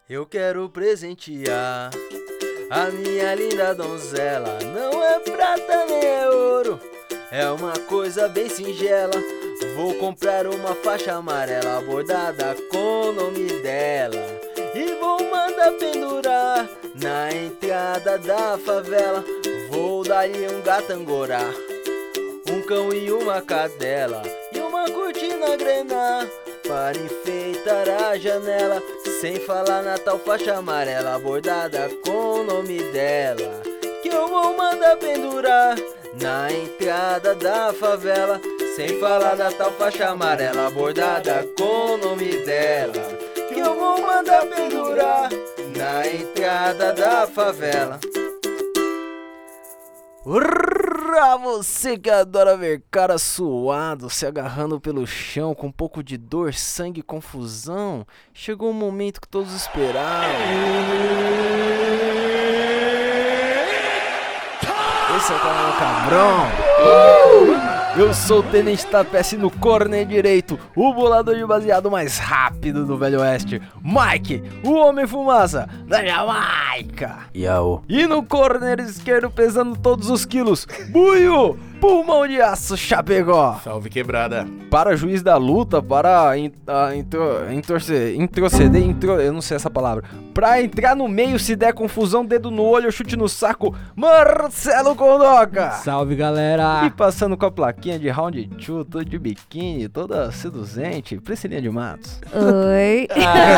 Eu quero presentear a minha linda donzela. Não é prata nem é ouro, é uma coisa bem singela. Vou comprar uma faixa amarela bordada com o nome dela e vou mandar pendurar na entrada da favela. Vou dar-lhe um gatangorá, um cão e uma cadela e uma cortina grená para enfeitar a janela. Sem falar na tal faixa amarela bordada com o nome dela, que eu vou mandar pendurar na entrada da favela. Sem falar da tal faixa amarela bordada com o nome dela, que eu vou mandar pendurar na entrada da favela. Urra, você que adora ver cara suado, se agarrando pelo chão com um pouco de dor, sangue e confusão, chegou o momento que todos esperavam. Esse é o canal Cabrão. Eu sou o Tenente Tapece no corner direito, o bolador de baseado mais rápido do Velho Oeste, Mike, o Homem Fumaça da Jamaica. Yao. E no corner esquerdo, pesando todos os quilos, Buio, pulmão de aço Chapecó. Salve quebrada. Para juiz da luta, para eu não sei essa palavra. Pra entrar no meio, se der confusão, dedo no olho, chute no saco, Marcelo Condoca. Salve, galera. E passando com a plaquinha de round 2, toda de biquíni, toda seduzente, Priscilinha de Matos. Oi.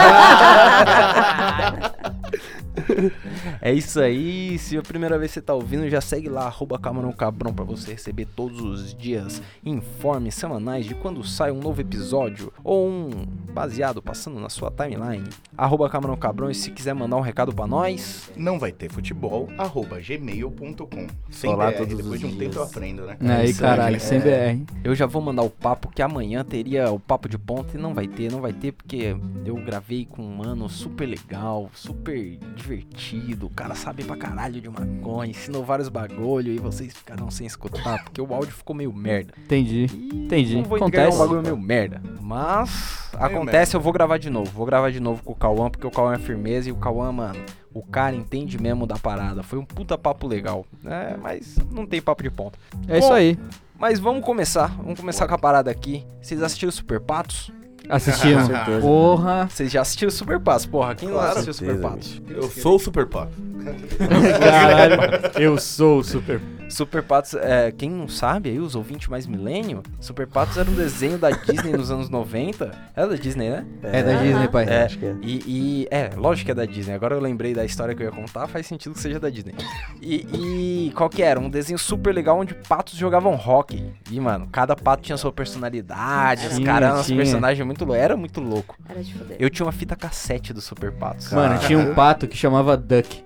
É isso aí, se é a primeira vez que você tá ouvindo, já segue lá, @CamarãoCabrão, pra você receber todos os dias informes semanais de quando sai um novo episódio ou um baseado passando na sua timeline. @CamarãoCabrão, e se quiser mandar um recado pra nós, Não vai ter futebol, @gmail.com. Sem Olá, BR, todos depois os de um dias. tempo eu aprendo, né? Aí, isso caralho, aí, sem BR. eu já vou mandar o papo que amanhã teria o papo de ponta e não vai ter porque eu gravei com um mano super legal, super divertido, o cara sabe pra caralho de maconha, ensinou vários bagulho e vocês ficaram sem escutar porque o áudio ficou meio merda. Entendi. E Entendi. não vou entregar Acontece. um bagulho meio merda, mas Meio acontece, merda. eu vou gravar de novo. Vou gravar de novo com o Cauã, porque o Cauã é firmeza e o Cauã, mano, o cara entende mesmo da parada. Foi um puta papo legal, né? Mas não tem papo de ponta. É isso aí. Mas vamos começar com a parada aqui. Vocês assistiram Super Patos? Assistimos. Com certeza. Porra. Vocês já assistiram Super Patos, porra. Quem não Claro, assistiu Super Patos? Eu sou o Super Pop. Caralho. Eu sou o super. Super Patos, quem não sabe aí, os ouvintes mais milênio, Super Patos era um desenho da Disney nos anos 90. Era da Disney, né? É da Disney, pai. É, acho que é. Lógico que é da Disney. Agora eu lembrei da história que eu ia contar, faz sentido que seja da Disney. E qual que era? Um desenho super legal onde patos jogavam hóquei. E, mano, cada pato tinha sua personalidade, os caras eram uns personagens muito loucos. Era muito louco. Era de foder. Eu tinha uma fita cassete do Super Patos. Mano, tinha um pato que chamava Duck.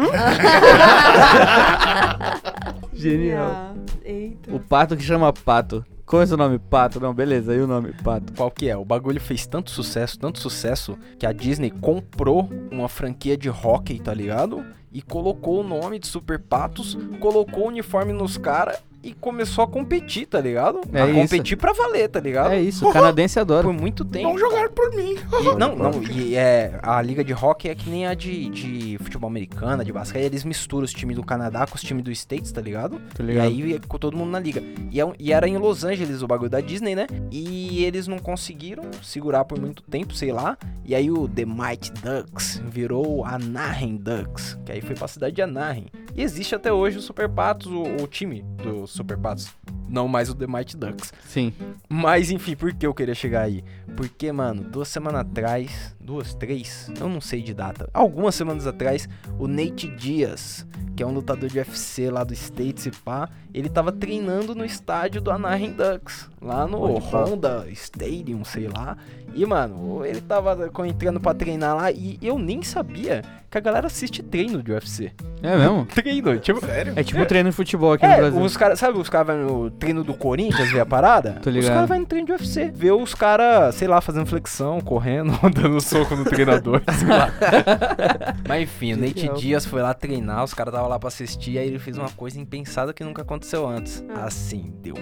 Genial. Eita. O pato que chama Pato. Qual é o seu nome? Pato? Não, beleza. E o nome? Pato. Qual que é? O bagulho fez tanto sucesso, que a Disney comprou uma franquia de hóquei, tá ligado? E colocou o nome de Super Patos, colocou o uniforme nos caras e começou a competir, tá ligado? É a isso. competir pra valer, tá ligado? É isso, o canadense adora. Por muito tempo. Vão jogar por mim. A liga de hockey é que nem a de futebol americana, de basquete. Eles misturam os times do Canadá com os times dos States, tá ligado? Tá E ligado? aí ficou todo mundo na liga. E era em Los Angeles o bagulho da Disney, né? E eles não conseguiram segurar por muito tempo, sei lá. E aí o The Mighty Ducks virou Anaheim Ducks, que aí foi pra cidade de Anaheim. E existe até hoje o Super Patos, o time do Super Patos. Não mais o The Mighty Ducks. Sim. Mas enfim, por que eu queria chegar aí? Porque, mano, 2 semanas atrás, 2, 3, eu não sei de data, algumas semanas atrás, o Nate Diaz, que é um lutador de UFC lá do States e pá, ele tava treinando no estádio do Anaheim Ducks, lá no Honda Stadium, sei lá. E, mano, ele tava entrando pra treinar lá e eu nem sabia que a galera assiste treino de UFC. É mesmo? Treino, tipo... Sério? É tipo treino de futebol aqui no Brasil. os caras, sabe, os caras vão no treino do Corinthians ver a parada? Tô ligado. Os caras vão no treino de UFC, ver os caras, sei lá, fazendo flexão, correndo, dando soco no treinador, sei lá. Mas enfim, o Nate Diaz foi lá treinar, os caras estavam lá pra assistir, aí ele fez uma coisa impensada que nunca aconteceu antes. Assim, deu um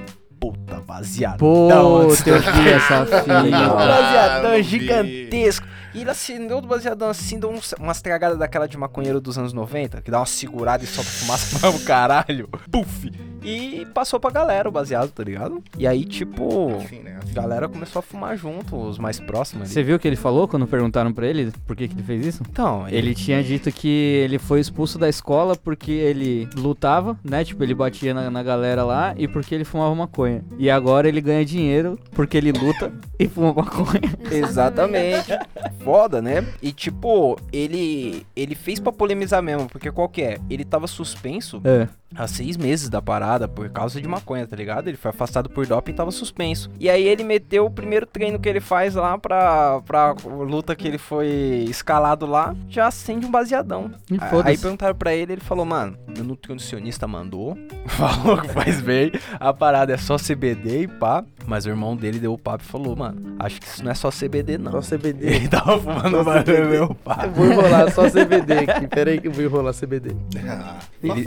puta baseadão. Puta, eu vi essa Um fita. baseadão vi. gigantesco. E ele acendeu do baseadão assim, deu umas tragadas daquela de maconheiro dos anos 90, que dá uma segurada e solta fumaça pra o caralho. Puf! E passou pra galera o baseado, tá ligado? E aí, tipo, Assim, né? a galera começou a fumar junto, os mais próximos ali. Você viu o que ele falou quando perguntaram pra ele por que ele fez isso? Então, Ele tinha dito que ele foi expulso da escola porque ele lutava, né? Tipo, ele batia na galera lá e porque ele fumava maconha. E agora ele ganha dinheiro porque ele luta e fuma maconha. Exatamente. Foda, né? E tipo, ele fez pra polemizar mesmo, porque qual que é? Ele tava suspenso É. há 6 meses da parada por causa de maconha, tá ligado? Ele foi afastado por doping e tava suspenso. E aí ele meteu o primeiro treino que ele faz lá pra luta que ele foi escalado lá, já acende um baseadão. E Aí foda-se. perguntaram pra ele, ele falou, mano, meu nutricionista mandou, falou que faz bem, a parada é só CBD e pá. Mas o irmão dele deu o papo e falou, mano, acho que isso não é só CBD não. Só CBD. Ele tava fumando barulho, meu pai. Eu vou enrolar só CBD aqui. Pera aí que eu vou enrolar CBD. Ah,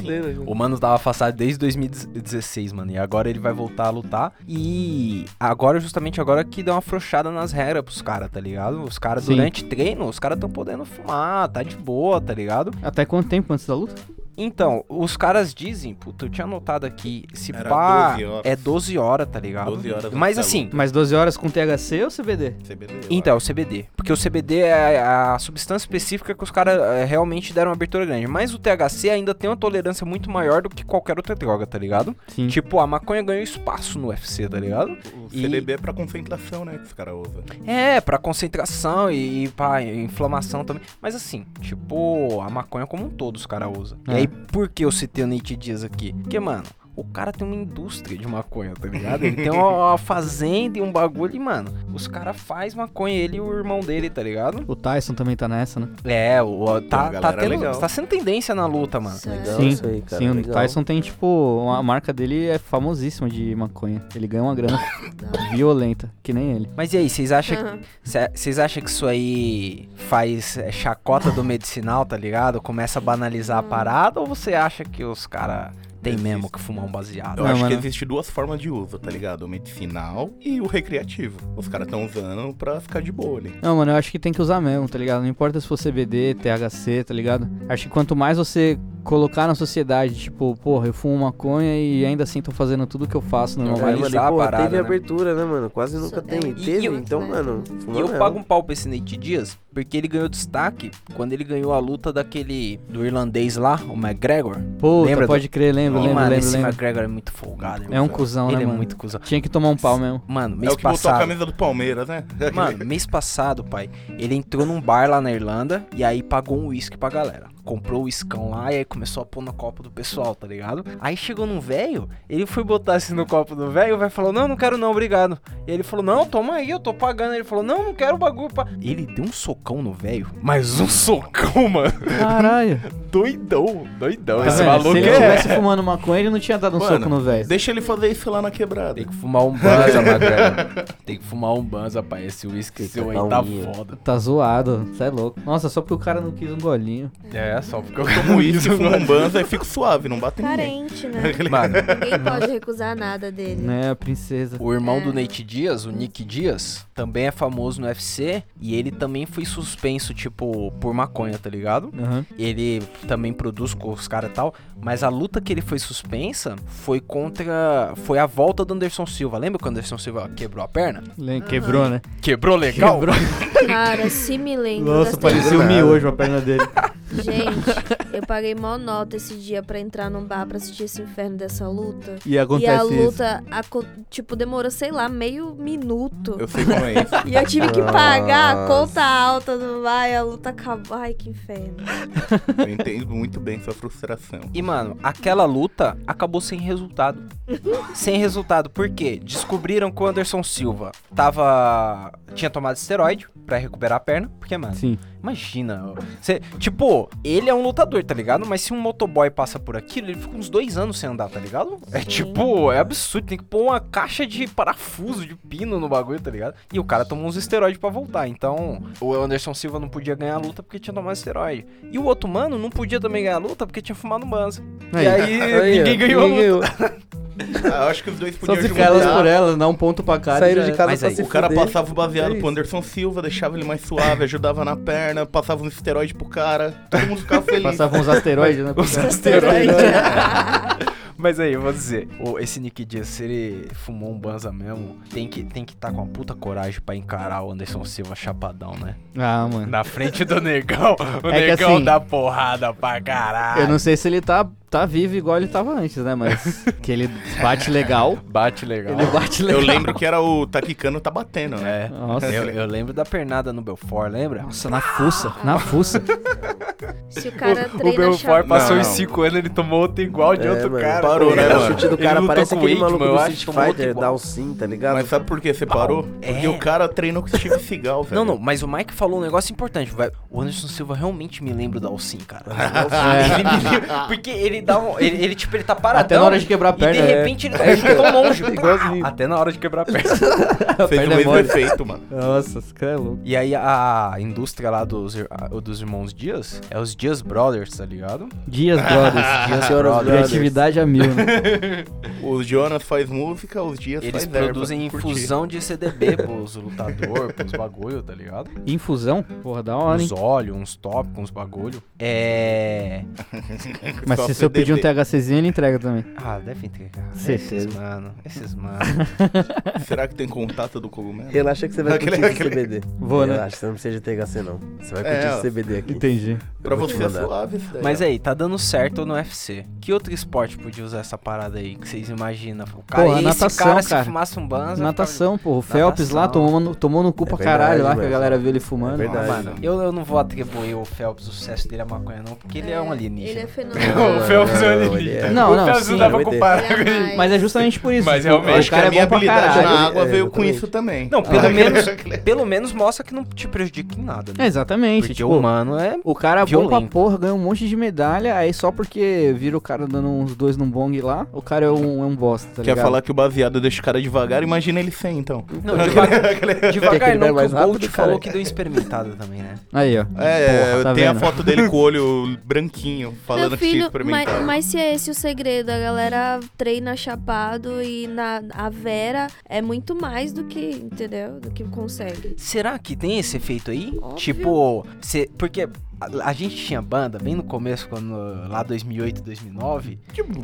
O mano tava afastado desde 2016, mano. E agora ele vai voltar a lutar. E agora, justamente agora que deu uma afrouxada nas regras pros caras, tá ligado? Os caras, Sim. durante treino, os caras tão podendo fumar, tá de boa, tá ligado? Até quanto tempo antes da luta? Então, os caras dizem, puta, eu tinha anotado aqui, se Era pá, 12 horas. é 12 horas, tá ligado? 12 horas Mas antes da assim, Mais 12 horas com THC ou CBD? CBD. então, é o CBD. Porque o CBD é a substância específica que os caras realmente deram uma abertura grande. Mas o THC ainda tem uma tolerância muito maior do que qualquer outra droga, tá ligado? Sim. Tipo, a maconha ganhou espaço no UFC, tá ligado? O E- CBD é pra concentração, né? Que os caras usam. É, pra concentração e pra inflamação também. Mas assim, tipo, a maconha como um todo os caras usam. E É. aí, por que eu citei o Nate Diaz aqui? Porque, mano, o cara tem uma indústria de maconha, tá ligado? Ele tem uma fazenda e um bagulho e, mano, os caras fazem maconha, ele e o irmão dele, tá ligado? O Tyson também tá nessa, né? É, tá galera legal. tá sendo tendência na luta, mano. Legal Sim, isso aí, cara. sim, o legal. Tyson tem, tipo, a marca dele é famosíssima de maconha. Ele ganha uma grana violenta, que nem ele. Mas e aí, vocês acham que isso aí faz chacota do medicinal, tá ligado? Começa a banalizar a parada ou você acha que os caras tem mesmo que fumar um baseado? Eu Não, acho que mano. existe duas formas de uso, tá ligado? O medicinal e o recreativo. Os caras estão usando pra ficar de boa ali. Não, mano, eu acho que tem que usar mesmo, tá ligado? Não importa se for CBD, THC, tá ligado? Acho que quanto mais você colocar na sociedade, tipo, porra, eu fumo maconha e ainda assim tô fazendo tudo que eu faço normalmente. Normalizar a pô, parada, teve né? abertura, né, mano? Quase nunca tem. E Teve, eu- então, mano, fuma E eu mesmo. pago um pau pra esse Nate Diaz, porque ele ganhou destaque quando ele ganhou a luta do irlandês lá, o McGregor. Puta, Lembra pode crer, lembro, E, lembro, mano, lembro, esse lembro. McGregor é muito folgado, É um irmão. cuzão, Ele né, é mano? muito cuzão. Tinha que tomar um pau mesmo. Mano, É mês o que botou a passado... camisa do Palmeiras, né? Mano, mês passado, pai, ele entrou num bar lá na Irlanda e aí pagou um uísque pra galera. Comprou o uiscão lá e aí começou a pôr no copo do pessoal, tá ligado? Aí chegou num velho, ele foi botar assim no copo do velho, o velho falou, não quero não, obrigado. E ele falou, não, toma aí, eu tô pagando. Ele falou, não quero o bagulho. Ele deu um socão no velho, mas um socão, mano. Caralho. Doidão. Tá Esse vendo? maluco Se ele é... tivesse fumando maconha, ele não tinha dado um Mano, soco no velho. Deixa ele fazer isso lá na quebrada. Tem que fumar um banza, McGregor. Tem que fumar um banza, pai. Esse uísque seu aí tá calminha. foda. Tá zoado, cê é louco. Nossa, só porque o cara não quis um golinho. É, só porque eu Tomo isso, fumo um banza e fico suave, não bate em ninguém. Carente, né? Mano, Ninguém pode recusar nada dele. Né, a princesa. o irmão do Nate Diaz, o Nick Diaz, também é famoso no UFC e ele também foi suspenso, tipo, por maconha, tá ligado? Aham. Ele também produz com os caras e tal, mas a luta que ele foi suspensa foi a volta do Anderson Silva. Lembra quando o Anderson Silva quebrou a perna? Quebrou, né? Quebrou legal? Quebrou. Cara, se me lembro Nossa, dessa parecia um nada. miojo a perna dele. Gente, eu paguei mó nota esse dia pra entrar num bar pra assistir esse inferno dessa luta. E acontece E a isso. luta, tipo, demorou, sei lá, meio minuto. Eu sei como é isso. E eu tive que pagar a Nossa. conta alta do bar e a luta acabou. Ai, que inferno. Eu entendo muito bem sua frustração. E, mano, aquela luta acabou sem resultado. Sem resultado, por quê? Descobriram que o Anderson Silva tinha tomado esteroide pra recuperar a perna. Porque, mano, Sim. imagina. Tipo, ele é um lutador, tá ligado? Mas se um motoboy passa por aquilo, ele fica uns 2 anos sem andar, tá ligado? É tipo, é absurdo. Tem que pôr uma caixa de parafuso, de pino no bagulho, tá ligado? E o cara tomou uns esteroides pra voltar. Então, o Anderson Silva não podia ganhar a luta porque tinha tomado esteroide. E o outro mano não podia também ganhar a luta porque tinha fumado banza. E aí, ninguém ganhou a luta. Eu acho que os dois Só podiam ficar elas por juntar. elas, dar um ponto pra cada. Saíram já de era. casa Mas pra aí, se O cara fuder. passava o baseado É pro isso. Anderson Silva, deixava ele mais suave, ajudava na perna, passava um esteroide pro cara, todo mundo ficava feliz. Passavam uns asteroides, né? Os Asteroide. Mas aí, eu vou dizer, esse Nick Diaz, se ele fumou um banza mesmo, tem que tá com uma puta coragem pra encarar o Anderson Silva chapadão, né? Ah, mano. Na frente do negão, o É que negão assim, dá porrada pra caralho. Eu não sei se ele tá vivo igual ele tava antes, né? Mas que ele bate legal. Bate legal. Ele bate Eu legal. lembro que era o Taquicano tá batendo, né? É. Nossa. Eu lembro da pernada no Belfort, lembra? Nossa, na fuça. Na fuça. Se o cara O treina Belfort chapado. passou Não. uns 5 anos, ele tomou outro igual de É, outro mano, cara. parou, né, Ele- mano? O chute do ele cara lutou parece com aquele o Aikman, maluco eu do acho, Street tomou outro Fighter, igual. dá um sim, tá ligado? Mas sabe por que você parou? É. Porque o cara treinou com o Steve Seagal, velho. Não, mas o Mike falou um negócio importante, velho. O Anderson Silva realmente me lembra do Alcim, cara. É. Ele me lembra, porque ele dá um... Ele, tipo, ele tá paradão. Até na hora de quebrar a perna. E de repente ele chutou longe. Igualzinho. Até na hora de quebrar a perna. Fez o perna é mesmo mole. efeito, mano. Nossa, esse cara é louco. E aí a indústria lá dos irmãos Dias é os Dias Brothers, tá ligado? Dias Brothers. Dias Brothers. Brothers. Criatividade a mil, né? O Jonas faz música, os Dias Eles faz produzem erva. Curti. infusão de CDB pros lutadores, pros bagulho, tá ligado? Infusão? Porra, da hora, hein? Uns óleos, uns tópicos, uns bagulho. É... Mas Só se eu pedir um CDB. THCzinho, ele entrega também. Ah, deve entregar. Certeza. Esses mano. Será que tem contato do cogumelo? Relaxa que você vai Aquele- curtir esse aquele- CBD. Vou, né? Relaxa, você não precisa de THC não. Você vai É, curtir ó. esse CBD aqui. Entendi. Pra Eu vou te você é mandar. suave isso daí. Mas ó. aí, tá dando certo no UFC. Que outro esporte podia usar essa parada aí? Que vocês imaginam? O cara, Pô, a esse natação, cara, cara. se fumasse um banza... Natação, porra. O Phelps lá Natação. tomou no cu É pra verdade, caralho lá, que a mano. galera viu ele fumando. É verdade. Mano, eu não vou atribuir o Phelps o sucesso dele à maconha, não, porque ele é um alienígena. Ele é O fenomenal. Phelps é um Não, alienígena. ele é. Não, o não, Phelps sim. não dá pra Ele é comparar Ele com é ele. mais- Mas é justamente por isso. Mas tipo, realmente, o Acho que cara a é minha bom pra habilidade caralho. na água É, veio com exatamente. isso também. Não, pelo menos mostra que não te prejudica em nada, É, né? exatamente. Porque Tipo, o humano é... o cara é bom pra violento. porra, ganha um monte de medalha, aí só porque vira o cara dando uns dois num bong lá, o cara é um bosta, tá Quer ligado? falar que o baseado deixa o cara devagar? Imagina ele sem, então. Não, devagar ele não, vai mais que o Bolt rápido, falou cara. que deu experimentada também, né? Aí, ó. É, Tá tem a vendo? foto dele com o olho branquinho, falando Meu que tinha filho, experimentado. mas se é esse o segredo, a galera treina chapado e a Vera é muito mais do que, entendeu? Do que consegue. Será que tem esse efeito aí? Óbvio. Tipo, porque a gente tinha banda bem no começo, quando lá 2008, 2009,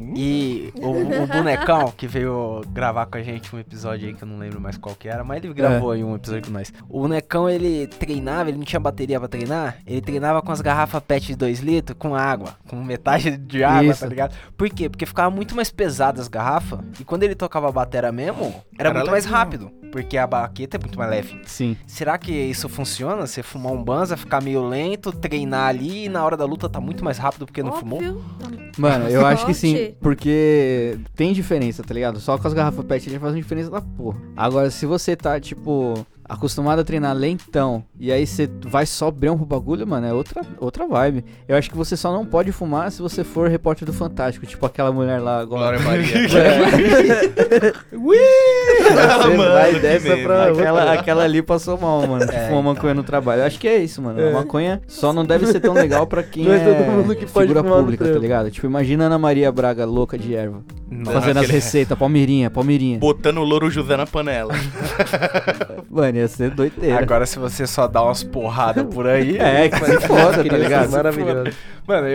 e o Bonecão, que veio gravar com a gente um episódio aí que eu não lembro mais qual que era, mas ele gravou aí um episódio com nós. O Bonecão, ele treinava, ele não tinha bateria pra treinar, ele treinava com as garrafas PET de 2 litros com água, com metade de água, Isso. tá ligado? Por quê? Porque ficava muito mais pesada as garrafas, e quando ele tocava a bateria mesmo, era Era muito mais levinho. rápido, porque a baqueta é muito mais leve. Sim. Será que isso funciona? Você fumar um banza, ficar meio lento, treinar ali e na hora da luta tá muito mais rápido porque não fumou? Óbvio. Mano, eu acho que sim, Forte. porque tem diferença, tá ligado? Só com as garrafas PET ele faz uma diferença da porra. Agora, se você tá, tipo, acostumado a treinar lentão, e aí você vai só brão pro bagulho, mano, é outra vibe. Eu acho que você só não pode fumar se você for repórter do Fantástico, tipo aquela mulher lá agora. Glória Maria. Você vai que dessa meme. pra Aquela ali passou mal, mano. Que fuma maconha no trabalho. Eu acho que é isso, mano. A maconha só não deve ser tão legal pra quem Não é é todo mundo que pode figura fumar no pública, tá trampo. ligado? Tipo, imagina a Ana Maria Braga louca de erva. Nossa. Fazendo as aquele- receitas, palmeirinha. Botando o Louro José na panela. Mano, ia ser doideira. Agora se você só dá umas porradas por aí... É, que se foda, tá ligado? Maravilhoso. Mano,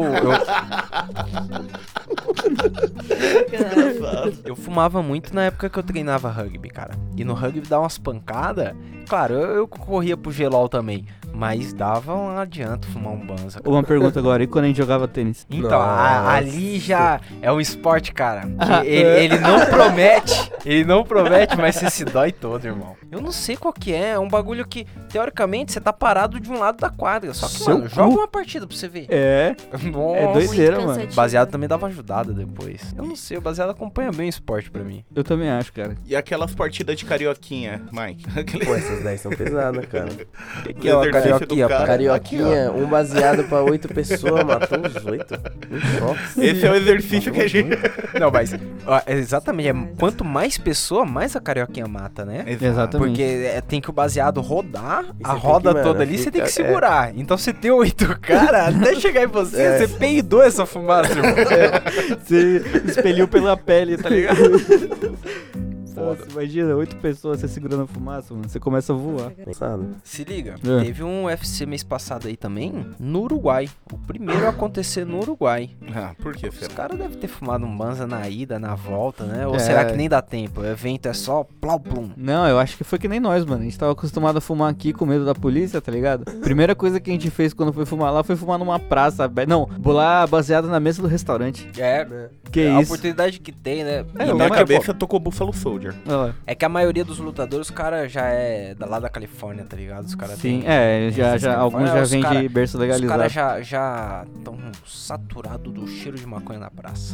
eu fumava muito na época que eu treinava rugby, cara. E no rugby dá umas pancadas. Claro, eu corria pro gelol também. Mas dava um adianto fumar um banza. cara. Uma pergunta agora, e quando a gente jogava tênis? Então, Nossa. ali já é um esporte, cara. Que ele não promete, mas você se dói todo, irmão. Eu não sei qual que é um bagulho que, teoricamente, você tá parado de um lado da quadra. Só que, Seu mano, cu. joga uma partida pra você ver. É, Nossa. é doideira, Muito mano. cansativo. Baseado também dava ajudada depois. Eu não sei, o baseado acompanha bem o esporte pra mim. Eu também acho, cara. E aquelas partidas de carioquinha, Mike? Pô, essas 10 são pesadas, cara. O que é uma carioquinha, cara. Carioquinha, um baseado pra 8 pessoas, matou os 8. Esse é o exercício que a gente... Não, mas ó, exatamente, quanto mais pessoa, mais a carioquinha mata, né? Exatamente. Porque tem que o baseado rodar, E a você roda tem que, toda mano, ali, você fica- tem que segurar. Então você tem 8 caras, até chegar em você, você peidou essa fumaça, irmão. Você expeliu pela pele, tá ligado? Nossa, imagina, 8 pessoas você segurando a fumaça, mano. Você começa a voar. Pensado. Se liga, É. teve um UFC mês passado aí também, no Uruguai. O primeiro a acontecer no Uruguai. Ah, por que Os será? caras devem ter fumado um banza na ida, na volta, né? Ou É. será que nem dá tempo? O evento é só plau plum. Não, eu acho que foi que nem nós, mano. A gente tava acostumado a fumar aqui com medo da polícia, tá ligado? Primeira coisa que a gente fez quando foi fumar lá foi fumar numa praça aberta. Não, bolar baseada na mesa do restaurante. É, Que a isso? oportunidade que tem, né? É, Na uma minha que, cabeça tocou Buffalo Soldier. Olha lá. é que a maioria dos lutadores, os caras já é lá da Califórnia, tá ligado? Os caras Sim, têm- já alguns já os vêm cara- de berço Os legalizado. caras já estão saturados do cheiro de maconha na praça.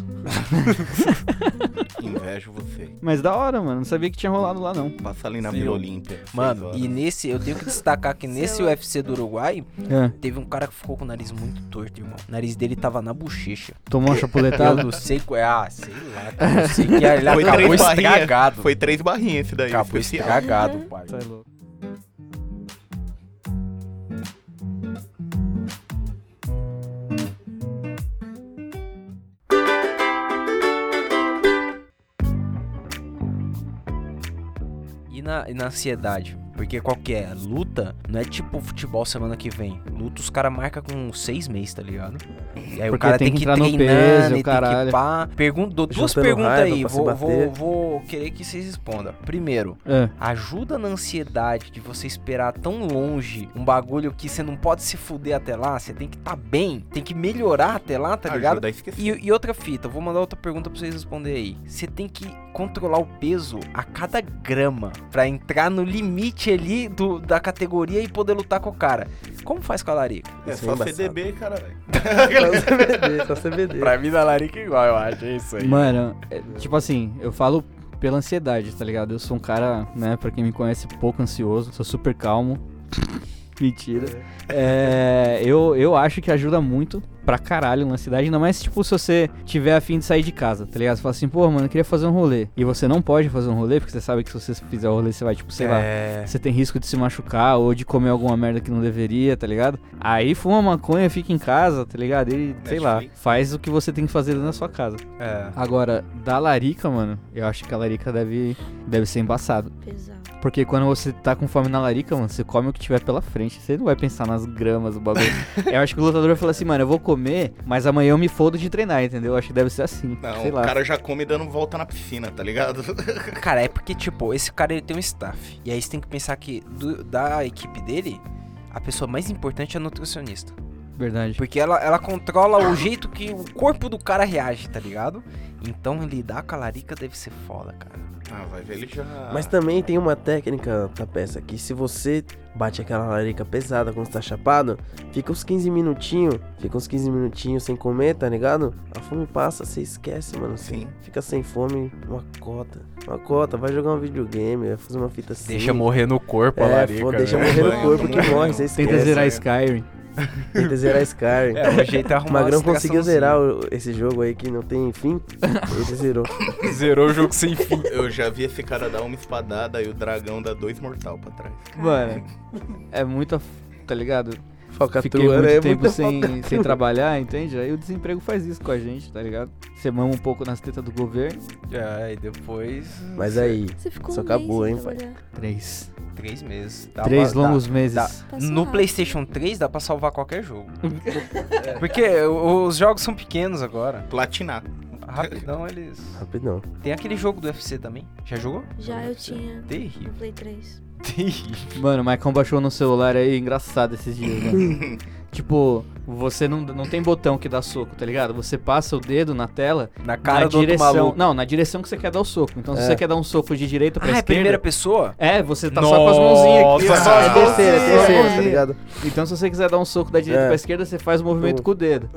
Invejo você. Mas da hora, mano. Não sabia que tinha rolado lá, não. Passa ali na Sim. Vila Olímpia. Mano, 6 horas. e nesse, eu tenho que destacar que nesse Sei lá. UFC do Uruguai, É. teve um cara que ficou com o nariz muito torto, irmão. O nariz dele tava na bochecha. Tomou uma Eu chapuletada? não sei qual é. Ah, sei lá. Cara, eu sei que ele Foi acabou 3 barrinhas. estragado. Foi 3 barrinhas esse daí. Acabou especial. estragado, pai. Sai louco. E na ansiedade? Porque qual que é? Luta não é tipo futebol semana que vem. Luta os caras marcam com 6 meses, tá ligado? E aí o Porque cara tem tem que que entrar no treinar, peso, tem que caralho. pá. Dou duas Juntando perguntas raiva aí, pra se bater. vou querer que vocês respondam. Primeiro, É. ajuda na ansiedade de você esperar tão longe um bagulho que você não pode se fuder até lá, você tem que estar bem, tem que melhorar até lá, tá ligado? Ajuda a esquecer. E outra fita, eu vou mandar outra pergunta pra vocês responderem aí. Você tem que controlar o peso a cada grama pra entrar no limite ali da categoria e poder lutar com o cara. Como faz com a larica? É Isso é só embaçado. CDB, cara, velho. Só CBD. Pra mim, na larica é igual, eu acho, é isso aí. Mano, tipo assim, eu falo pela ansiedade, tá ligado? Eu sou um cara, né, pra quem me conhece, pouco ansioso, sou super calmo. Mentira. Eu acho que ajuda muito pra caralho na cidade, ainda mais tipo se você tiver a fim de sair de casa, tá ligado? Você fala assim, pô, mano, eu queria fazer um rolê. E você não pode fazer um rolê, porque você sabe que se você fizer o rolê, você vai, tipo, sei lá, você tem risco de se machucar ou de comer alguma merda que não deveria, tá ligado? Aí fuma maconha, fica em casa, tá ligado? E, sei lá, faz o que você tem que fazer dentro da sua casa. É. Agora, da larica, mano, eu acho que a larica deve ser embaçado. Pesado. Porque quando você tá com fome na larica, mano, você come o que tiver pela frente. Você não vai pensar nas gramas do bagulho. Eu acho que o lutador vai falar assim, mano, eu vou comer, mas amanhã eu me fodo de treinar, entendeu? Eu acho que deve ser assim. Não, sei o lá. cara já come dando volta na piscina, tá ligado? Cara, é porque, tipo, esse cara ele tem um staff. E aí você tem que pensar que da equipe dele, a pessoa mais importante é a nutricionista. Verdade. Porque ela controla o jeito que o corpo do cara reage, tá ligado? Então lidar com a larica deve ser foda, cara. Ah, vai ver, ele já... Mas também tem uma técnica, Tapeça, que se você bate aquela larica pesada quando você tá chapado, fica uns 15 minutinhos sem comer, tá ligado? A fome passa, você esquece, mano. Você Sim. fica sem fome, uma cota, vai jogar um videogame, vai fazer uma fita assim. Deixa morrer no corpo a larica. Pô, deixa né? morrer no Banho, corpo que banho. morre, você esquece. Tenta zerar é. Skyrim. Tenta zerar Skyrim. É, o jeito é O arrumar Magrão uma conseguiu extraçãozinha. zerar esse jogo aí que não tem fim, ele zerou. Zerou o jogo sem fim. Eu já vi esse cara dar uma espadada e o dragão dá 2 mortal pra trás. Mano, é muita... Tá ligado? Fiquei Falcatrua, muito né? tempo Muita sem falcatrua. trabalhar, entende? Aí o desemprego faz isso com a gente, tá ligado? Você mama um pouco nas tetas do governo. É, e depois... Mas aí, Você ficou Isso um acabou, mês hein, sem pai? trabalhar. 3. 3 meses. 3 longos meses. Passou No rápido. PlayStation 3 dá pra salvar qualquer jogo. Porque os jogos são pequenos agora. Platinar. Rapidão eles... rapidão. Tem aquele jogo do UFC também. Já jogou? Já eu tinha Terrível. no Play 3. Terrível. Mano, o Maicon baixou no celular aí, engraçado esses dias, mano. Tipo, você não tem botão que dá soco, tá ligado? Você passa o dedo na tela Na cara na do outro direção. maluco. Não, na direção que você quer dar o soco. Então, se É. você quer dar um soco de direita pra Ah, é esquerda. primeira pessoa? É, você tá só com as mãozinhas aqui. Nossa, ó. só É as terceira, Só as tá mãozinhas. ligado? Então, se você quiser dar um soco da direita É. pra esquerda, você faz o movimento Pum. com o dedo. É.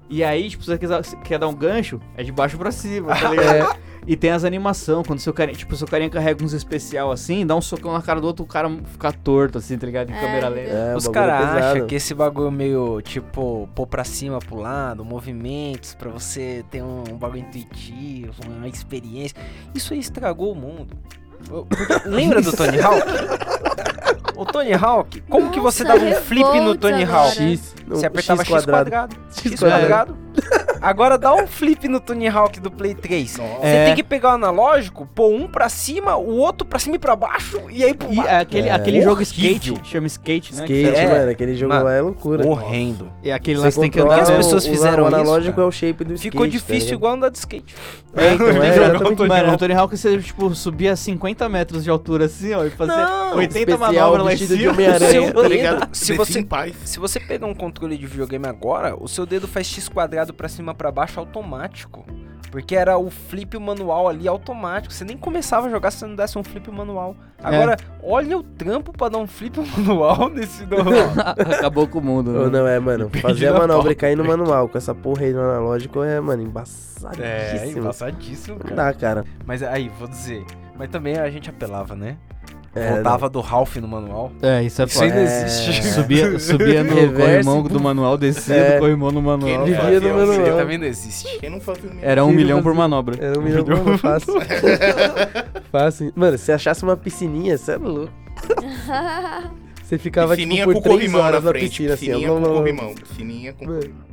E aí, tipo, se você quer dar um gancho, é de baixo pra cima, tá ligado? E tem as animação, quando seu carinha, tipo, seu carinha carrega uns especial assim, dá um socão na cara do outro, o cara fica torto, assim, tá ligado? Em câmera lenta. Os o bagulho é caras pesado. acham que esse bagulho meio, tipo, pôr pra cima, pro lado, movimentos, pra você ter um bagulho intuitivo, uma experiência. Isso aí estragou o mundo. Lembra do Tony Hawk? O Tony Hawk, como que você Nossa, dava um flip no revolta Tony agora. Hawk? Você apertava X quadrado. X quadrado. Agora dá um flip no Tony Hawk do Play 3. Você tem que pegar o analógico, pôr um pra cima, o outro pra cima e pra baixo, e aí pro E baixo. aquele jogo Horrível. skate, chama skate, né? Skate, É. mano, aquele jogo Mano, lá é loucura. Horrendo. E aquele Você lá você tem que controla andar. As pessoas fizeram o isso, analógico cara. é o shape do skate. Ficou difícil tá ligado? igual andar de skate. Então, Tem que é, jogar exatamente. Mano, no Tony Hawk você, tipo, subia 50 metros de altura assim, ó, e fazia Não, 80 especial manobras lá em vestido de cima. Homem-Aranha, Seu tá dedo, ligado? se Desci você em paz. Se você pegar um controle de videogame agora, o seu dedo faz X quadrado pra cima pra baixo automático. Porque era o flip manual ali automático. Você nem começava a jogar se você não desse um flip manual. Agora, olha o trampo pra dar um flip manual nesse do... Acabou com o mundo, Ou né? não, é, mano, perdi fazer a na manobra e pauta. cair no manual com essa porra aí no analógico é, mano, embaçadíssimo. embaçadíssimo, Não dá, cara. Mas aí, vou dizer. Mas também a gente apelava, né? É, Voltava do Ralph no manual. É, isso é Isso aí foda. não existe. Subia no Reverse, corrimão do manual, descia do corrimão no manual. Quem não Vivia fazia no o manual. Isso aí meu? também não existe. Quem não fazia o meu? Era 1 Filho, milhão por fazia- manobra. Era 1 milhão por ano, fácil. Fácil. Mano, se achasse uma piscininha, você é louco. Você ficava, Piscininha tipo, com por 3 corrimão na horas na frente. piscina, assim, Piscininha ó. com corrimão. Piscininha com Mano. corrimão.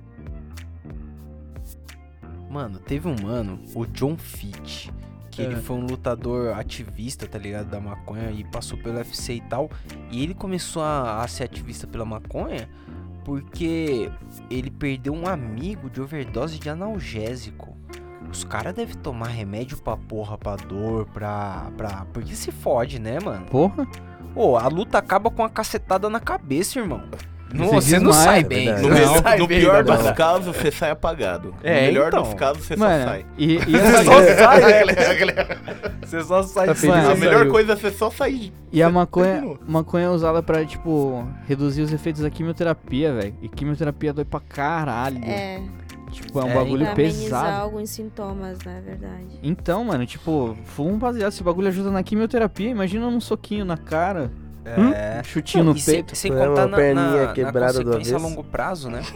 Mano, teve um mano, o John Fitch, que ele foi um lutador ativista, tá ligado, da maconha e passou pelo UFC e tal. E ele começou a ser ativista pela maconha porque ele perdeu um amigo de overdose de analgésico. Os caras devem tomar remédio pra porra, pra dor, pra... Porque se fode, né, mano? Porra. Ô, a luta acaba com uma cacetada na cabeça, irmão. Não, Você você não desmaia, sai é bem. verdade. No, Você melhor- sai no bem pior da dos luta. casos, você sai apagado. É, no melhor então. dos casos, você Mano, só sai. e Você essa- só sai, né? Aquele- Você só sai Tá de feliz, Mano, A Saiu. melhor coisa é você só sair. E a Você maconha terminou. é usada pra, tipo, reduzir os efeitos da quimioterapia, velho. E quimioterapia dói pra caralho. É, Tipo, é um É, bagulho pra amenizar pesado. alguns sintomas, na verdade. Então, mano, tipo, fuma um baseado. Esse bagulho ajuda na quimioterapia. Imagina um soquinho na cara, É. chutinho no E sem, peito. sem É contar uma perninha na quebrada do consequência a avesso. longo prazo, né?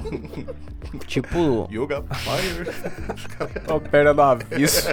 Tipo, Yoga Fire. a perna do avesso.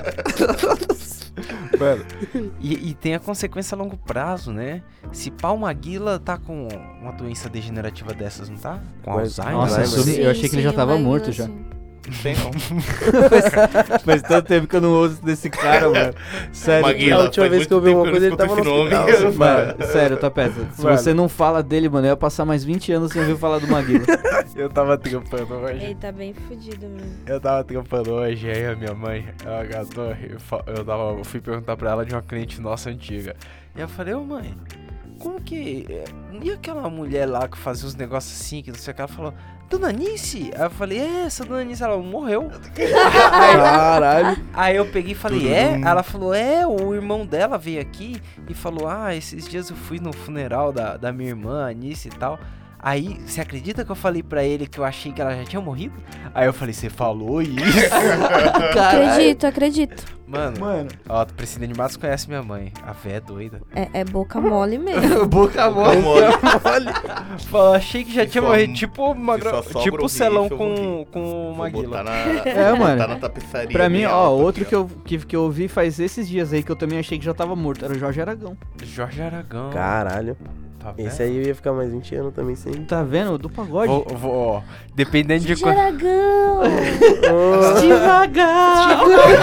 Mano, e tem a consequência a longo prazo, né? Se pá, o Maguila tá com uma doença degenerativa dessas, não tá? Com Mas- Alzheimer. Nossa, Vai, sumi- eu achei que ele já o tava Maguila, morto já. assim. Tem não. Faz tanto tempo que eu não ouço desse cara, mano. Sério. Maguila, A última faz vez muito que eu vi tempo uma que coisa, eu ele não tava no escuto hospital. esse nome. Mano, sério, tá peça. Se Mano. você não fala dele, mano, eu ia passar mais 20 anos sem ouvir falar do Maguila. Eu tava trampando hoje. Ele tá bem fudido mesmo. Eu tava trampando hoje, aí a minha mãe, ela gastou, eu fui perguntar pra ela de uma cliente nossa antiga. E eu falei, ô mãe, como que... E aquela mulher lá que fazia os negócios assim, que não sei o que, ela falou, Dona Nice? Aí eu falei, essa Dona Nice, ela morreu. Caralho. Aí eu peguei e falei, é? Aí ela falou, o irmão dela veio aqui e falou, esses dias eu fui no funeral da minha irmã, a Nice e tal. Aí, você acredita que eu falei pra ele que eu achei que ela já tinha morrido? Aí eu falei, você falou isso? Acredito. Mano, ó, o presidente Matos conhece minha mãe. A véia é doida. É boca mole mesmo. Boca mole. Falou, achei que já Se tinha só- morrido. Tipo, se só sobra tipo o o Celão riff, eu vou com o Vou botar Maguila. na, mano. botar na tapeçaria. Pra mim, bem ó, alta outro aqui, ó. que eu ouvi faz esses dias aí que eu também achei que já tava morto. Era o Jorge Aragão. Jorge Aragão. Caralho. Tá vendo? Esse aí eu ia ficar mais 20 anos também sem. Tá vendo? Do pagode. Ó, dependendo de quando... Aragão! Devagar!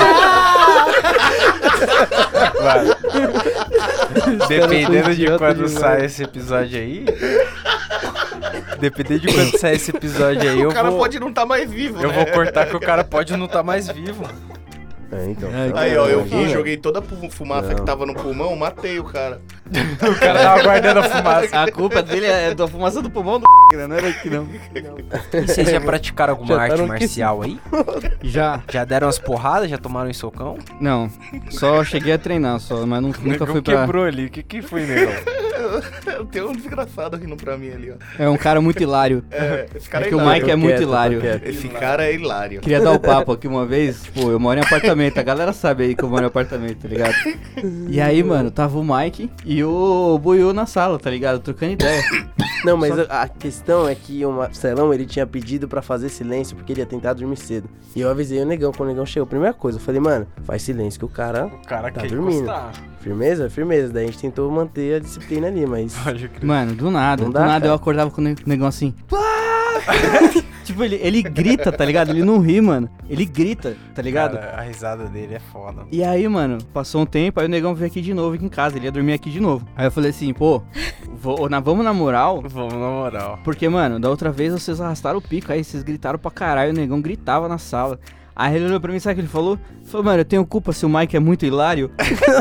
Dependendo de idiota quando demais. sai esse episódio aí. Dependendo de quando sai esse episódio aí, O cara pode não estar mais vivo, eu né? vou cortar que o cara pode não estar mais vivo. É, então. Aí, ó, eu Imagina. joguei toda a fumaça Não. que tava no pulmão, matei o cara. O cara tava guardando a fumaça. A culpa dele é da fumaça do pulmão do né? Não era aqui não. E vocês já praticaram alguma Já tá arte no marcial aí? Já. Já deram umas porradas? Já tomaram em socão? Não. Só cheguei a treinar só, mas nunca fui pra... quebrou ali. O que foi, negão? Tem um desgraçado rindo pra mim ali, ó. É um cara muito hilário. Esse cara É é que o hilário. Mike é muito hilário. Esse cara é hilário. Queria dar o papo aqui uma vez, tipo, eu moro em apartamento, a galera sabe aí que eu moro em apartamento, tá ligado? E aí, mano, tava o Mike e o Buiu na sala, tá ligado? Trocando ideia. Não, mas a questão é que o Marcelão, ele tinha pedido pra fazer silêncio porque ele ia tentar dormir cedo. E eu avisei o negão, quando o negão chegou, primeira coisa, eu falei, mano, faz silêncio que o cara tá quer dormindo. encostar. Firmeza? Firmeza. Daí a gente tentou manter a disciplina ali, mas... Pode crer. Mano, do nada, Não do dá, nada cara. eu acordava com o negão assim. Tipo, ele grita, tá ligado? Ele não ri, mano. Ele grita, tá ligado? Cara, a risada dele é foda. E aí, mano, passou um tempo, aí o negão veio aqui de novo, aqui em casa, ele ia dormir aqui de novo. Aí eu falei assim, pô, vamos na moral, Vamos na moral. porque, mano, da outra vez vocês arrastaram o pico, aí vocês gritaram pra caralho, o negão gritava na sala. Aí ele olhou pra mim, sabe o que ele falou? Ele falou, mano, eu tenho culpa se o Mike é muito hilário.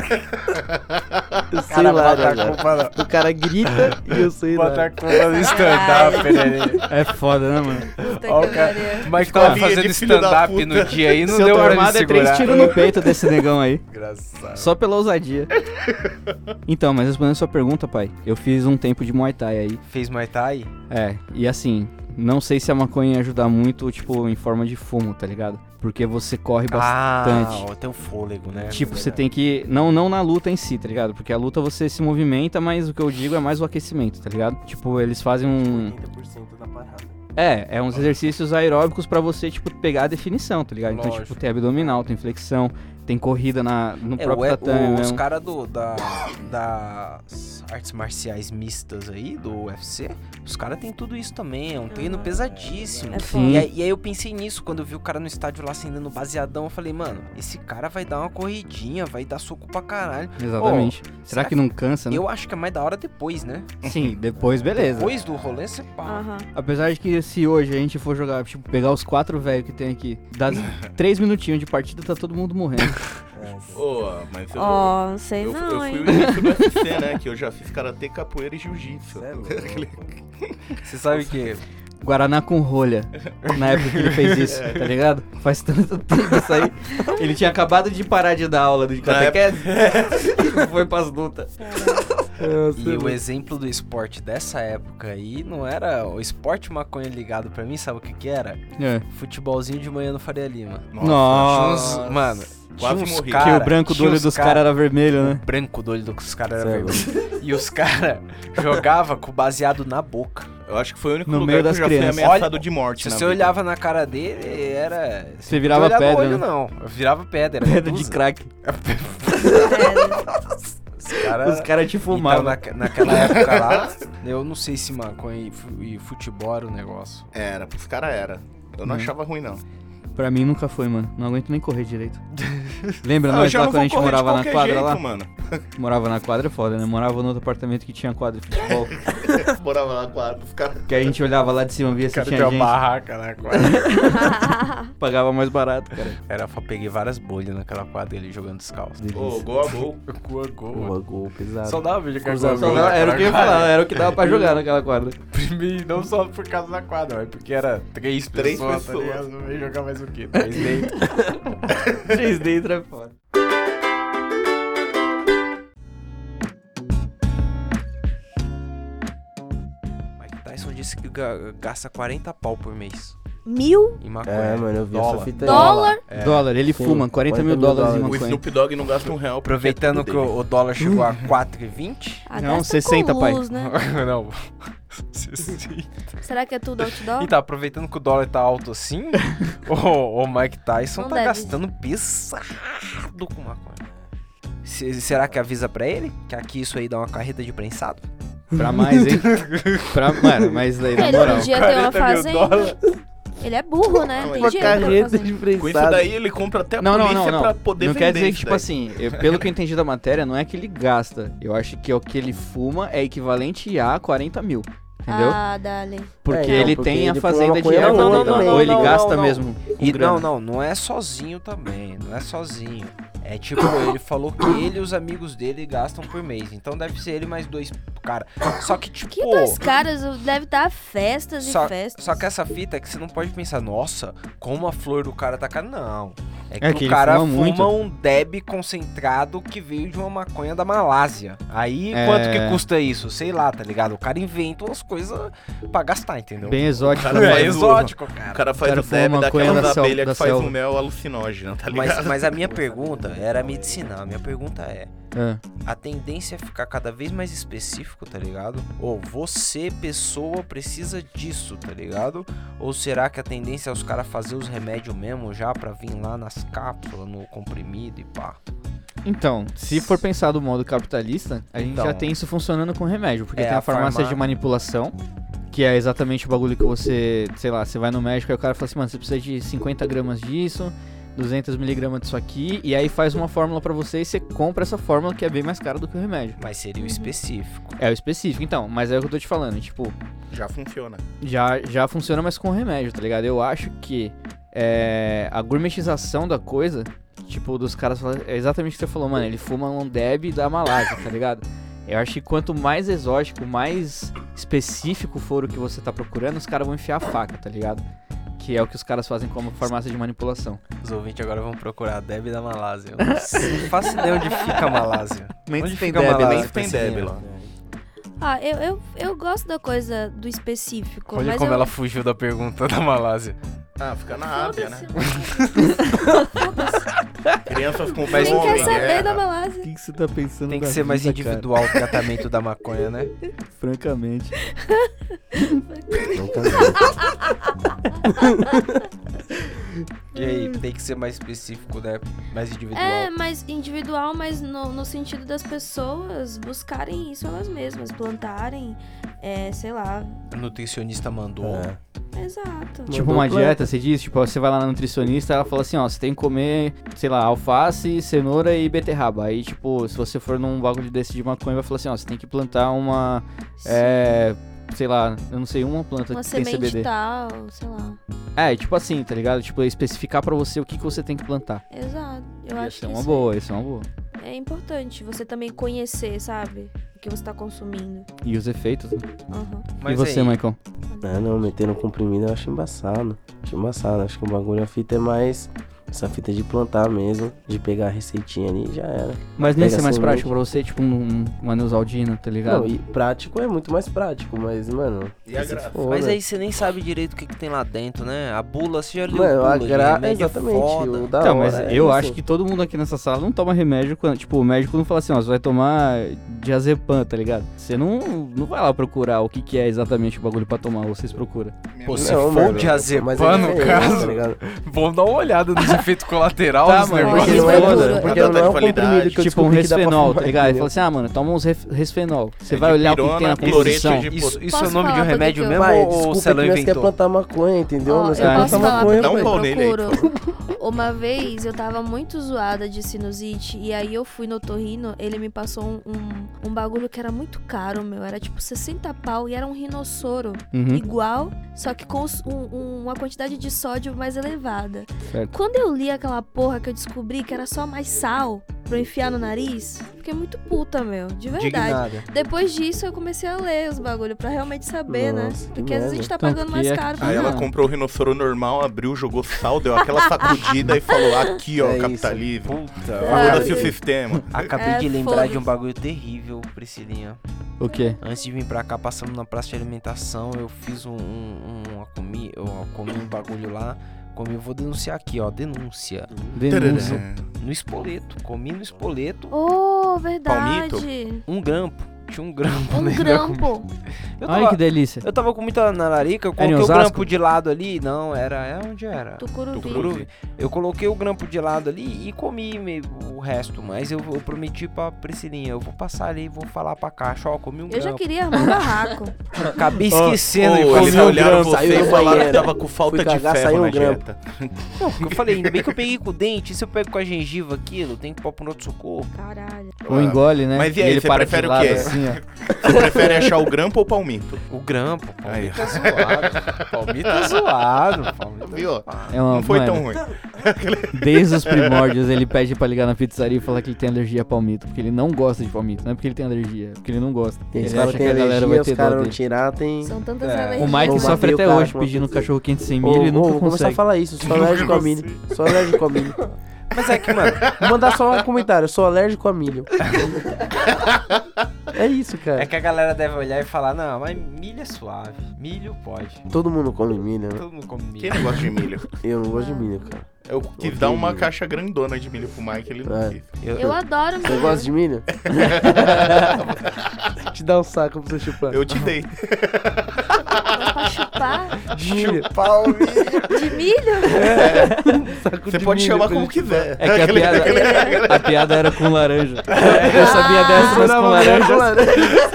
Eu sei lá, né, culpa o cara grita e eu sei lá. Bota a culpa no stand-up, né? É foda, né, mano? Puta Ó, que o cara, pariu. mas tava Escolinha fazendo de filho da stand-up puta. no dia aí, não Se eu deu tô pra ele armado é 3 segurar. tiros no peito desse negão aí. Engraçado. Só pela ousadia. Então, mas respondendo a sua pergunta, pai, eu fiz um tempo de Muay Thai aí. Fez Muay Thai? É, e assim, não sei se a maconha ia ajudar muito, tipo, em forma de fumo, tá ligado? Porque você corre bastante. Ah, tem um fôlego, né? Tipo, você tem que... Não na luta em si, tá ligado? Porque a luta você se movimenta, mas o que eu digo é mais o aquecimento, tá ligado? Tipo, eles fazem um... 80% da parada. É uns exercícios aeróbicos pra você, tipo, pegar a definição, tá ligado? Então, Lógico. tipo, tem abdominal, tem flexão, tem corrida no próprio tatame os mesmo. caras das artes marciais mistas aí, do UFC, os caras tem tudo isso também, é um treino pesadíssimo. É Sim. foda. E aí eu pensei nisso, quando eu vi o cara no estádio lá acendendo baseadão, eu falei, mano, esse cara vai dar uma corridinha, vai dar soco pra caralho. Exatamente. Ô, Será que não cansa, né? Eu acho que é mais da hora depois, né? Sim, depois beleza. Depois do rolê, você pá. Aham. Apesar de que se hoje a gente for jogar, tipo, pegar os 4 velhos que tem aqui, das 3 minutinhos de partida, tá todo mundo morrendo. Pô, mas eu... Ó, não sei Eu não, fui o hein. início do UFC, né? Que eu já fiz karatê, capoeira e jiu-jitsu. Você sabe que Guaraná com rolha, na época que ele fez isso, tá ligado? Faz tanto tempo isso aí. Ele tinha acabado de parar de dar aula de catequese e foi pras lutas. E o exemplo do esporte dessa época aí não era o esporte maconha ligado pra mim, sabe o que que era? É. Futebolzinho de manhã no Faria Lima. Nossa. Tinha uns- mano, Quase tinha uns morri. cara, Que o branco do tinha olho uns dos cara- caras era vermelho, né? O branco do olho dos caras era Sério? vermelho. E os caras jogavam com baseado na boca. Eu acho que foi o único No lugar meio que eu das já fui crianças. ameaçado Olha, de morte. Se na você vida. olhava na cara dele, era... Você virava não podia olhar no pedra, olho, né? não. Eu virava pedra. Pedra de Medusa. crack. Os caras... Os caras te fumavam. Então, naquela época lá, eu não sei se maconha e futebol era o negócio. Era, pros caras era. Eu não Hum. achava ruim, não. Pra mim nunca foi, mano. Não aguento nem correr direito. Lembra eu nós já lá não quando a vou gente correr de morava na qualquer quadra jeito, lá? mano. Morava na quadra é foda, né? Morava no outro apartamento que tinha quadra de futebol. Morava lá com os caras. Que a gente olhava lá de cima, via se tinha gente. barraca na quadra. Pagava mais barato, cara. Era, eu peguei várias bolhas naquela quadra ele jogando descalço. Ô, gol a gol. Boa, gol, pesado. Só dava vídeo com Cruzamento. gol Era o que eu ia falar, era o que dava pra jogar naquela quadra. Primeiro, não só por causa da quadra, mas porque era três pessoas, tá ligado? Não ia jogar mais o quê? 3 dentro. 3 dentro é foda. Mike Tyson disse que gasta 40 pau por mês 1000 em maconha. É, mano, eu vi essa Dólar. fita aí. dólar? É. Dólar, ele Sim, fuma 40 mil 40 mil dólares em dólares. O maconha. Snoop Dogg não gasta £1. Aproveitando que o dólar chegou a 4,20. Ah, Não, gasta 60, com pai. luz, né? Não. 60. Será que é tudo outdoor? Então, aproveitando que o dólar tá alto assim, o Mike Tyson Não tá deve. gastando pesado com maconha. Será que avisa pra ele que aqui isso aí dá uma carreta de prensado? Pra mais, hein? Mano, mas aí, na Ele moral. podia ter uma 40 mil fazenda. dólares. Ele é burro, né? Tem Uma dinheiro pra carreta fazer. de Com isso prensado. daí ele compra até a Não, polícia pra poder Não vender quer dizer que, isso tipo daí. assim, pelo que eu entendi da matéria, não é que ele gasta. Eu acho que o que ele fuma é equivalente a 40 mil. Entendeu? Ah, dale. Porque É, não, ele porque tem a ele fuma fazenda de maconha erva, boa né? também. Ou ele Não, gasta não. mesmo com E grana. não é sozinho também, não é sozinho. É tipo, ele falou que ele e os amigos dele gastam por mês. Então deve ser ele mais 2 cara. Só que tipo... Que 2 caras deve estar festas e Só, festas. só que essa fita é que você não pode pensar, nossa, como a flor do cara tá cara. Não. É que É que o ele cara fuma muito. fuma um Deb concentrado que veio de uma maconha da Malásia. Aí, É. quanto que custa isso? Sei lá, tá ligado? O cara inventa umas coisas pra gastar, entendeu? Bem exótico. Cara, É faz exótico, O cara. cara faz cara o Deb fuma maconha daquelas da abelhas da que faz selva. um mel alucinógeno, tá ligado? Mas a minha pergunta era medicinal. A minha pergunta é: É. a tendência é ficar cada vez mais específico, tá ligado? Ou você, pessoa, precisa disso, tá ligado? Ou será que a tendência é os caras fazer os remédios mesmo já pra vir lá nas cápsulas, no comprimido e pá? Então, se for pensar do modo capitalista, a gente Então. já tem isso funcionando com remédio. Porque É, tem a a farmácia de manipulação, que é exatamente o bagulho que você, sei lá, você vai no médico e o cara fala assim, mano, você precisa de 50 gramas disso, 200 miligramas disso aqui, e aí faz uma fórmula pra você e você compra essa fórmula que é bem mais cara do que o remédio. Mas seria o específico. É o específico, então, mas é o que eu tô te falando, tipo, Já funciona. já funciona mais com remédio, tá ligado? Eu acho que a gourmetização da coisa, tipo, dos caras falando, é exatamente o que você falou, mano, ele fuma um Deb da Malásia, tá ligado? Eu acho que quanto mais exótico, mais específico for o que você tá procurando, os caras vão enfiar a faca, tá ligado? Que é o que os caras fazem como farmácia de manipulação. Os ouvintes agora vão procurar a Deb da Malásia. Eu não faço ideia onde fica a Malásia. Nem Onde se tem fica a Deb, Malásia, nem se tem Priscilinha? Deb lá. Ah, eu gosto da coisa do específico. Olha mas como eu... ela fugiu da pergunta da Malásia. Ah, fica na Ásia, né? Foda-se. Crianças com Mas Quem fome, quer saber guerra. da Malásia? O que você tá pensando? Tem que ser mais individual o tratamento da maconha, né? Francamente. E aí, tem que ser mais específico, né? Mais individual. É, mais individual, mas no sentido das pessoas buscarem isso elas mesmas, plantarem, sei lá. O nutricionista mandou. Exato. Tipo uma dieta, você diz, tipo, você vai lá na nutricionista, ela fala assim, ó, você tem que comer, sei lá, alface, cenoura e beterraba. Aí, tipo, se você for num bagulho desse de maconha, vai falar assim, ó, você tem que plantar uma, sei lá, eu não sei, uma planta Uma que tem semente CBD. tal, sei lá. Tipo assim, tá ligado? Tipo, especificar pra você o que você tem que plantar. Exato. Eu acho Isso é que uma isso boa, isso é uma boa. é importante. Você também conhecer, sabe? O que você tá consumindo. E os efeitos, né? Aham. E você, aí, Michael? Ah, não, meter no comprimido eu acho embaçado. Acho que o bagulho, a fita é mais... Essa fita de plantar mesmo, de pegar a receitinha ali e já era. Mas nem ia Pega ser mais semente. prático pra você, tipo uma Neusaldina, tá ligado? Não, e prático é muito mais prático, mas, mano... E a se graça? for, Mas né? aí você nem sabe direito o que tem lá dentro, né? A bula, você já leu Mano, a bula de graça... remédio, é Exatamente, foda. o da Então, hora mas é eu isso. acho que todo mundo aqui nessa sala não toma remédio quando, tipo, o médico não fala assim, ó, você vai tomar diazepam, tá ligado? Você não vai lá procurar o que é exatamente o bagulho pra tomar, vocês procuram. Pô, se Não, for mano, diazepam, mas é no diferente, caso, tá ligado? vamos dar uma olhada nos efeitos colaterais Tá, dos mano, negócios. porque não é foda. puro, porque não é um comprimido que eu Tipo um descobri que dá pra resfenol, fumar, tá ligado? Ele entendeu? fala assim, ah, mano, toma uns resfenol. Você É vai de olhar o que tem pirona, na cloreto composição. de- Isso é o Posso nome de um falar remédio porque mesmo Pai, ou o desculpa Celo que nós quer inventou? plantar maconha, entendeu? Ó, Nós eu quer posso plantar falar maconha. Dá um porque pau eu nele aí, procuro. Uma vez eu tava muito zoada de sinusite e aí eu fui no otorrino, ele me passou um bagulho que era muito caro, meu. Era tipo 60 pau e era um rinossoro Uhum, igual, só que com uma quantidade de sódio mais elevada. certo. Quando eu li aquela porra que eu descobri que era só mais sal pra eu enfiar no nariz, fiquei muito puta, meu. De verdade. Indignada. Depois disso eu comecei a ler os bagulho pra realmente saber, Nossa, né? que Porque às vezes a gente tá merda. pagando Então, mais porque caro. aqui- Aí ela Não. comprou o rinossoro normal, abriu, jogou sal, deu aquela sacudida e falou, aqui ó, É isso. capitalismo. Puta, Foda-se É. o sistema. acabei de lembrar foda-se. de um bagulho terrível, Priscilinha. O quê? Antes de vir pra cá, passando na praça de alimentação, eu fiz eu comi um bagulho lá. Eu vou denunciar aqui, ó, denúncia. Denúncia. No espoleto, comi no espoleto Oh, verdade. um grampo. Tinha um grampo Um dentro da comida. grampo. Eu Ai, tava, que delícia. eu tava com muita nararica, eu Era em coloquei o Osasco? grampo de lado ali. Não, onde era? Tucuruvi. Tucuruvi. Eu coloquei o grampo de lado ali e comi o resto. Mas eu prometi pra Priscilinha, eu vou passar ali e vou falar pra caixa, ó, comi um Eu já grampo. queria armar um barraco. Acabei esquecendo de Eles comer um olharam grampo. você saiu e do falaram que banheiro. tava com falta Fui de cagar, ferro saiu na um grampo. dieta. Não, porque eu falei, ainda bem que eu peguei com o dente. E se eu pego com a gengiva aquilo, tem que pôr pro pronto-socorro. Caralho. Ou engole, né? Mas e E aí, ele você para prefere de o lado quê? assim, ó. Você prefere achar o grampo ou o palmito? O grampo, Aí. Palmito é zoado. Palmito é zoado. Palmito é Viu? zoado. É uma Não foi moeda. tão ruim. Desde os primórdios, ele pede pra ligar na pizzaria e falar que ele tem alergia a palmito. Porque ele não gosta de palmito. Não é porque ele tem alergia, é porque ele não gosta. Eles Ele falam acha que que a tem galera vai alergia, ter os caras dó não dele. tirar, tem... São tantas É. alergias. O Mike Vou sofre bater o até cara hoje com uma pedindo pizza. cachorro quente sem milho e nunca Vou começar a consegue. falar isso, sou alérgico a milho. Sou alérgico a milho. Mas é que, mano, Vou mandar só um comentário, sou alérgico a milho. É isso, cara. é que a galera deve olhar e falar, não, mas milho é suave. Milho pode. Todo mundo come milho, né? Todo mundo come milho. Quem não gosta de milho? Eu não gosto de milho, cara. Eu quis dar uma caixa grandona de milho pro Mike, ele não É. quis. Eu adoro Você milho. gosta de milho? Te dá um saco pra você chupar. Eu te dei. Mas pra chupar De milho. Chupar o milho. de milho? Saco Você de pode milho chamar pra como gente quiser. É que a piada era com laranja. Eu sabia dessa, mas com laranja.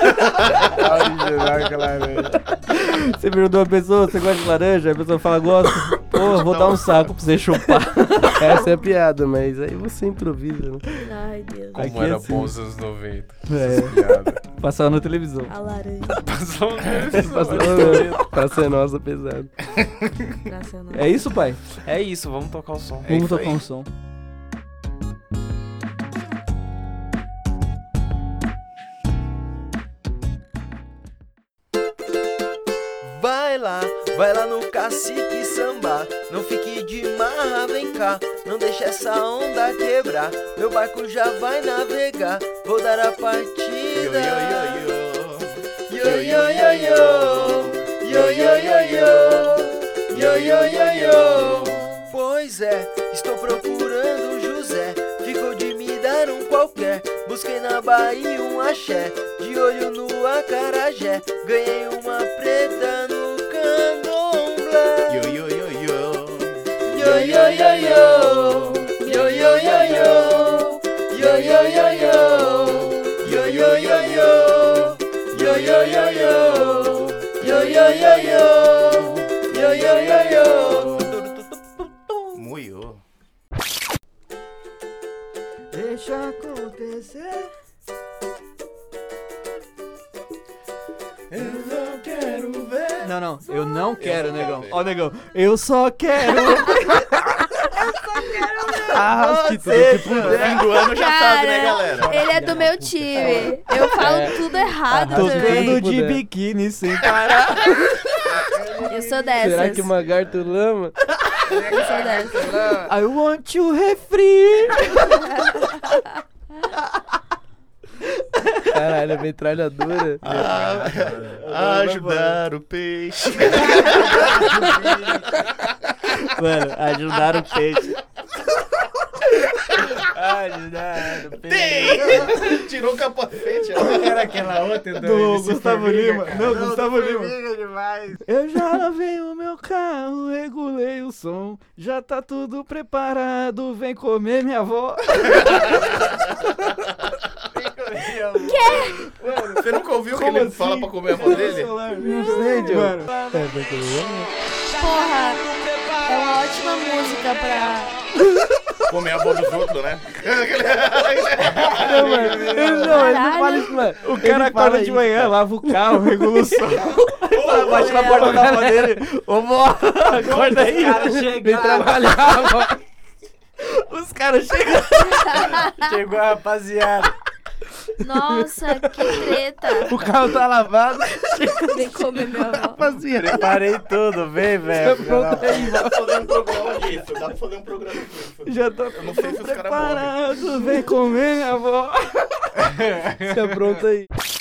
Você perguntou uma pessoa, você gosta de laranja? A pessoa fala, gosto. Pô, vou dar um saco pra você chupar. Essa é a piada, mas aí você improvisa, né? Ai, Deus. Como Aqui era assim. bom os anos 90. É, Piada. passava na televisão. A laranja. Passou um Pra ser nossa, pesado. Nacional. É isso, pai? É isso, vamos tocar o som. Vamos isso tocar aí. um som. Vai lá no cacique samba. Não fique de marra, vem cá. Não deixe essa onda quebrar. Meu barco já vai navegar. Vou dar a partida. Yo, yo, yo, yo. Yo, yo, yo, yo. Yo, yo, yo, yo. Pois é, estou procurando José. Ficou de me dar um qualquer. Busquei na Bahia um axé. De olho no acarajé. Ganhei uma preta no candomblé. Yo, yo, yo, yo. Yo, yo, yo, yo. Yo, yo, yo, yo. Yo, yo, yo, yo. Yo, yo, yo, yo. Yo, yo, yo, yo. Yo, yo, yo, yo. Yo, yo, yo, yo. Moiô. Deixa acontecer. Eu não quero ver. Não, eu não quero, negão. Ó, negão, eu só quero. Ah, que Você, tudo. No fim do ano já sabe, né, galera? Ele é do meu time. Eu falo tudo errado Tô também. vendo de puder. biquíni sem parar. Eu sou dessas. Será que Magarto lama? Eu sou dessas. I want you refri. Caralho, é metralhadora. Ajudar o peixe. Mano, ajudaram o peixe. Tirou o capacete. Era aquela outra Do Gustavo Lima. Não, Gustavo Lima. demais. Eu já lavei o meu carro, regulei o som. Já tá tudo preparado, vem comer minha avó. Você nunca ouviu que Como ele assim? fala pra comer a mão dele? Não sei, mano. Porra, é uma ótima música pra... Comer a mão dos outros, né? Não, mano. Ele não Caralho. fala isso, mano. O cara acorda de manhã, lava o carro, regula o som. Bate na porta da avó dele. Ô, vó, acorda aí. Vem trabalhar, mano. Os caras chegam. Chegou a rapaziada. Nossa, que treta. O carro tá lavado. Vem comer meu avó. Rapaziada. Parei tudo, vem, velho. Pronto aí, Dá pra fazer um programa disso. Dá pra fazer um programa disso. Já tá Eu não sei se os caras morrem. preparado, vem comer minha avó. Fica pronto aí.